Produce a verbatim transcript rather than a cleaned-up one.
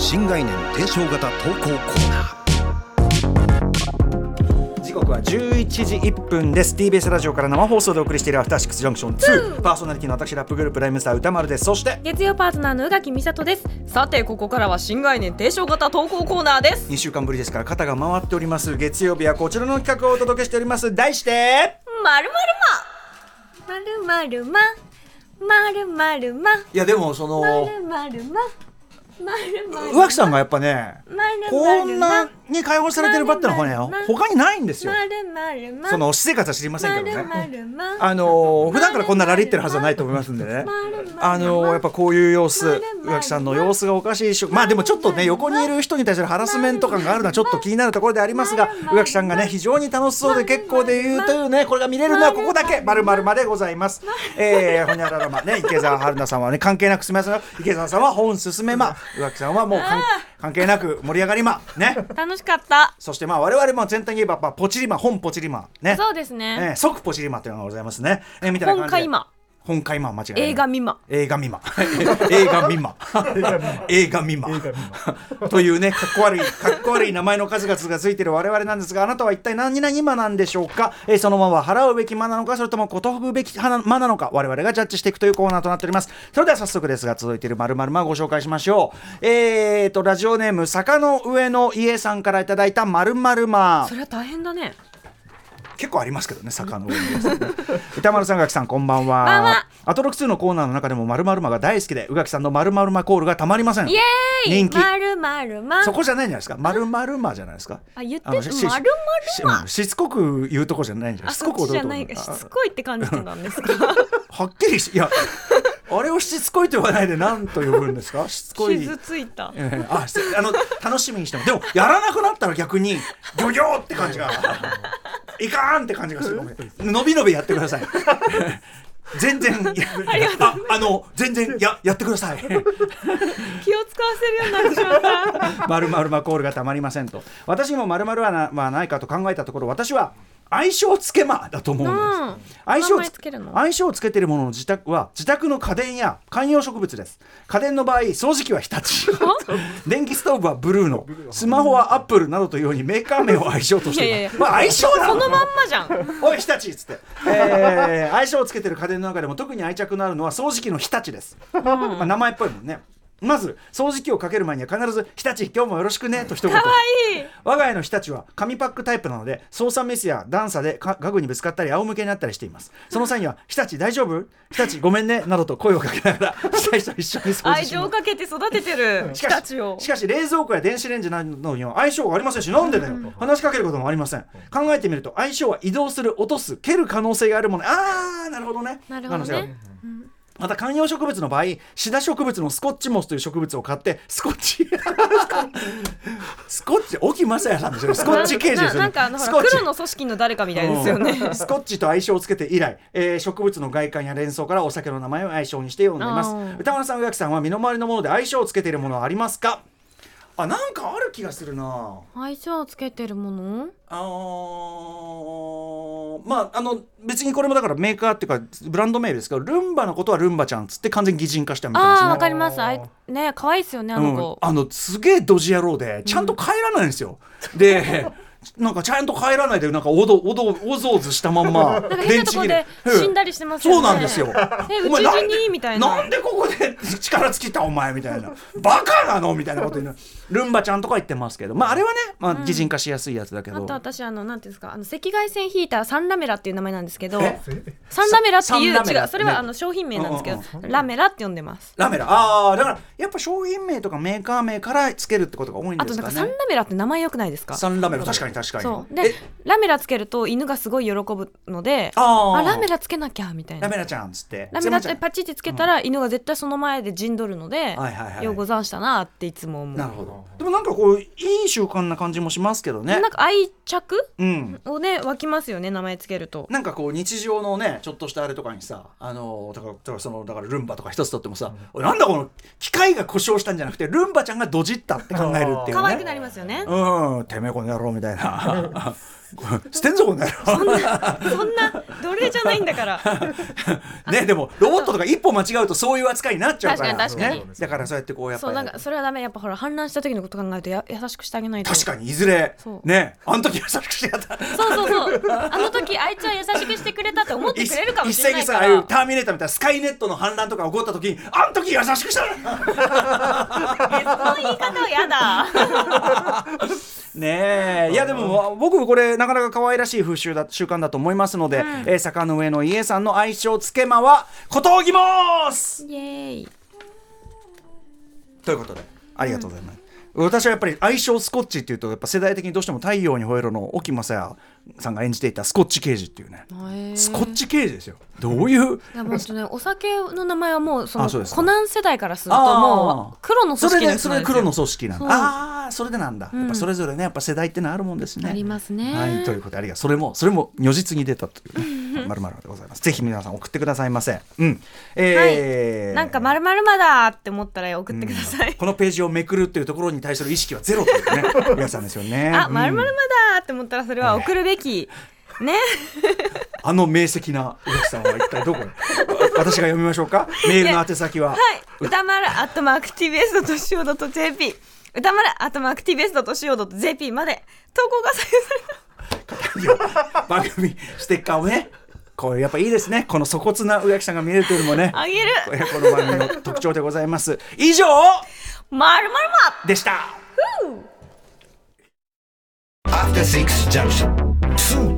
新概念提唱型投稿コーナー。時刻はじゅういちじいっぷんです。 ティービーエス ラジオから生放送でお送りしているアフターシックスジャンクションツー、パーソナリティの私ラップグループライムスター歌丸です。そして月曜パートナーの宇垣美里です。さてここからは新概念提唱型投稿コーナーです。 にしゅうかんぶりですから肩が回っております。月曜日はこちらの企画をお届けしております。題してまるまるままるままるまるま。 いやでもそのまるまるままるまる宇垣さんがやっぱねこんまなに解放されてる場ってのはね他にないんですよ。 まるまるまその私生活は知りませんけどね。 まるまるあの普段からこんなラリってるはずはないと思いますんでね。あのやっぱこういう様子、宇垣さんの様子がおかしいし、まあでもちょっとね横にいる人に対するハラスメント感があるのはちょっと気になるところでありますが、宇垣さんがね非常に楽しそうで結構で言うというねこれが見れるのはここだけ丸々までございます。えー、ほにゃららまね池澤春菜さんはね関係なく進めますが、池澤さんは本進めま、宇垣さんはもう関係なく盛り上がりまね。 楽しかった。 そしてまあ我々も全体に言えば、まあ、ポチリマ本ポチリマね。 そうですね、 えー、即ポチリマというのがございますね、えー、みたいな感じで本会マ本会マ間違いない映画ミマ映画ミマ映画ミマ映画ミマというねかっこ悪いかっこ悪い名前の数々がついている我々なんですが、あなたは一体何々マなんでしょうか。えー、そのまま払うべきマなのか、それともことふくべきマなのか、我々がジャッジしていくというコーナーとなっております。それでは早速ですが続いている〇〇マご紹介しましょう。えーとラジオネーム坂の上の家さんからいただいた〇〇マ。 それは大変だね。 結構ありますけどね、坂の上に歌丸さん、宇垣さんこんばんは。 ばんは。 アトロックツーのコーナーの中でも〇〇マが大好きで、宇垣さんの〇〇マコールがたまりません。 イエーイ人気。 まるまるま。 そこじゃないんじゃないですか。〇〇マじゃないですか。 あ、言ってあのしまるまるま。 ししつこく言うとこじゃないんじゃない。 あ、そっちじゃないか。しつこいって感じてたんですかはっきりし、いやあれをしつこいと言わないで何と呼ぶんですか。しつこい。 傷ついた。 えー、あ、あの楽しみにしても、でもやらなくなったら逆にギョギョって感じがいかーんって感じがする。のびのびやってください全然ああの全然ややってください気を使わせるようになってしまった丸々マコールがたまりませんと。私にも丸々は な,、まあ、ないかと考えたところ、私は愛称つけまだと思うんです、うん、愛称つけるの愛称をつけているものの自宅は自宅の家電や観葉植物です。家電の場合掃除機は日立電気ストーブはブルーノ、スマホはアップルなどというようにメーカー名を愛称としています。いやいやいや、まあ、愛称なのそのまんまじゃんおい日立っつって、えー、愛称をつけている家電の中でも特に愛着のあるのは掃除機の日立です、うん、まあ、名前っぽいもんね。まず掃除機をかける前には必ず日立今日もよろしくねと一言。 かわいい。 我が家の日立は紙パックタイプなので操作ミスや段差で家具にぶつかったり仰向けになったりしています。その際には日立大丈夫、日立ごめんねなどと声をかけながら被災者と一緒に掃除します。 愛情をかけて育ててる日立を。 しかし冷蔵庫や電子レンジなどには相性がありませんし、なんでだよ、うん、話しかけることもありません。考えてみると相性は移動する、落とす、蹴る可能性があるもの。あーなるほどね。 なるほどね。 また観葉植物の場合、シダ植物のスコッチモスという植物を買ってスコッチスコッチ沖正也さんでしょ。スコッチ刑事ですよね。 なんかあの黒の組織の誰かみたいですよね、うん、 スコッチと相性をつけて以来、えー、植物の外観や連想からお酒の名前を相性にして呼んでいます。歌丸さん、宇垣さんは身の回りのもので相性をつけているものはありますか。あ、なんかある気がするな。 相性をつけてるもの、 あーまああの別にこれもだからメーカーっていうかブランド名ですけど、ルンバのことはルンバちゃんつって完全に擬人化してみてますね。 あーわかります。あいね可愛いですよねあの子、 うん、あのすげえドジ野郎でちゃんと帰らないんですよ、うん、でなんかちゃんと帰らないでなんかおどおどおぞおずしたまんま電池切れ死んだりしてますよね。 そうなんですよ。 えうち死にみたいな。 なんでここで力尽きたお前みたいなバカなのみたいなこと言うルンバちゃんとか言ってますけど、まああれはね、まあ、擬人化しやすいやつだけど、うん、 あと私あのなんていうんですか、あの赤外線ヒーターサンラメラっていう名前なんですけど、サンラメラっていう違うそれはあの商品名なんですけど、うんうん、ラメラって呼んでます。 ラメラ、ああだからやっぱ商品名とかメーカー名からつけるってことが多いんですかね。 あとなんかサンラメラって名前良くないですか。 サンラメラ確かに確かに。 そうでラメラつけると犬がすごい喜ぶので、ああラメラつけなきゃみたいな。 ラメラちゃんっつってラメラってパチってつけたら、うん、犬が絶対その前で陣取るので、はいはいはい、ようござんしたなっていつも思う。 なるほど。でもなんかこういい習慣な感じもしますけどね。 なんか愛着、うん、をね湧きますよね、名前つけると。 なんかこう日常のねちょっとしたあれとかにさ、あのだからだからそのだからルンバとか一つとってもさ、うん、なんだこの機械が故障したんじゃなくてルンバちゃんがドジったって考えるっていうね。 可愛くなりますよね。 うん、てめえこの野郎みたいな捨てんぞこんなのそんなそんな奴隷じゃないんだからね。でもロボットとか一歩間違うとそういう扱いになっちゃうから確かに確かに、 ね、だからそうやってこうやっぱりそうなんかそれはダメ。やっぱほら反乱した時のこと考えるとや優しくしてあげないと。 確かにいずれそうねあの時優しくしてやったそうそうそうあの時あいつは優しくしてくれたって思ってくれるかもしれない一斉にさああから。 いうターミネーターみたいなスカイネットの反乱とか起こった時にあの時優しくしたその言い方はやだねえ。いやでも僕これなかなか可愛らしい風習だ習慣だと思いますので、うん、えー、坂の上の家さんの愛称つけまは小峠モースイエーイということでありがとうございます、うん、私はやっぱり愛称スコッチっていうとやっぱ世代的にどうしても太陽にほえろの沖正也さんが演じていたスコッチ刑事っていうね、スコッチ刑事ですよ。どういういやもうね、お酒の名前はもうそのコナン世代からするともう黒の組織です。 それでそれ黒の組織なんだ。ああそれでなんだ、うん、やっぱそれぞれねやっぱ世代ってのあるもんですね。 ありますね。 はい、ということでありがとう。それもそれも如実に出たというねまるまるでございます。ぜひ皆さん送ってくださいませ。うん。えーはい、なんかまるまるまだって思ったら送ってください、 うん。このページをめくるっていうところに対する意識はゼロというね皆さんですよね。 あ、まるまるまだって思ったらそれは送るべき。ね、 あの明晰な宇垣さんは一体どこに私が読みましょうか。メールの宛先は、はい、 歌丸アットマーク ティービーエスドットシーオードットジェーピー 歌丸アットマーク ティービーエスドットシーオードットジェーピー まで投稿が採用された番組ステッカーをねこれやっぱいいですね。この粗骨な宇垣さんが見えるというのもねあげるこの番組の特徴でございます。以上まるまるまでした。 アフターシックスジャンクション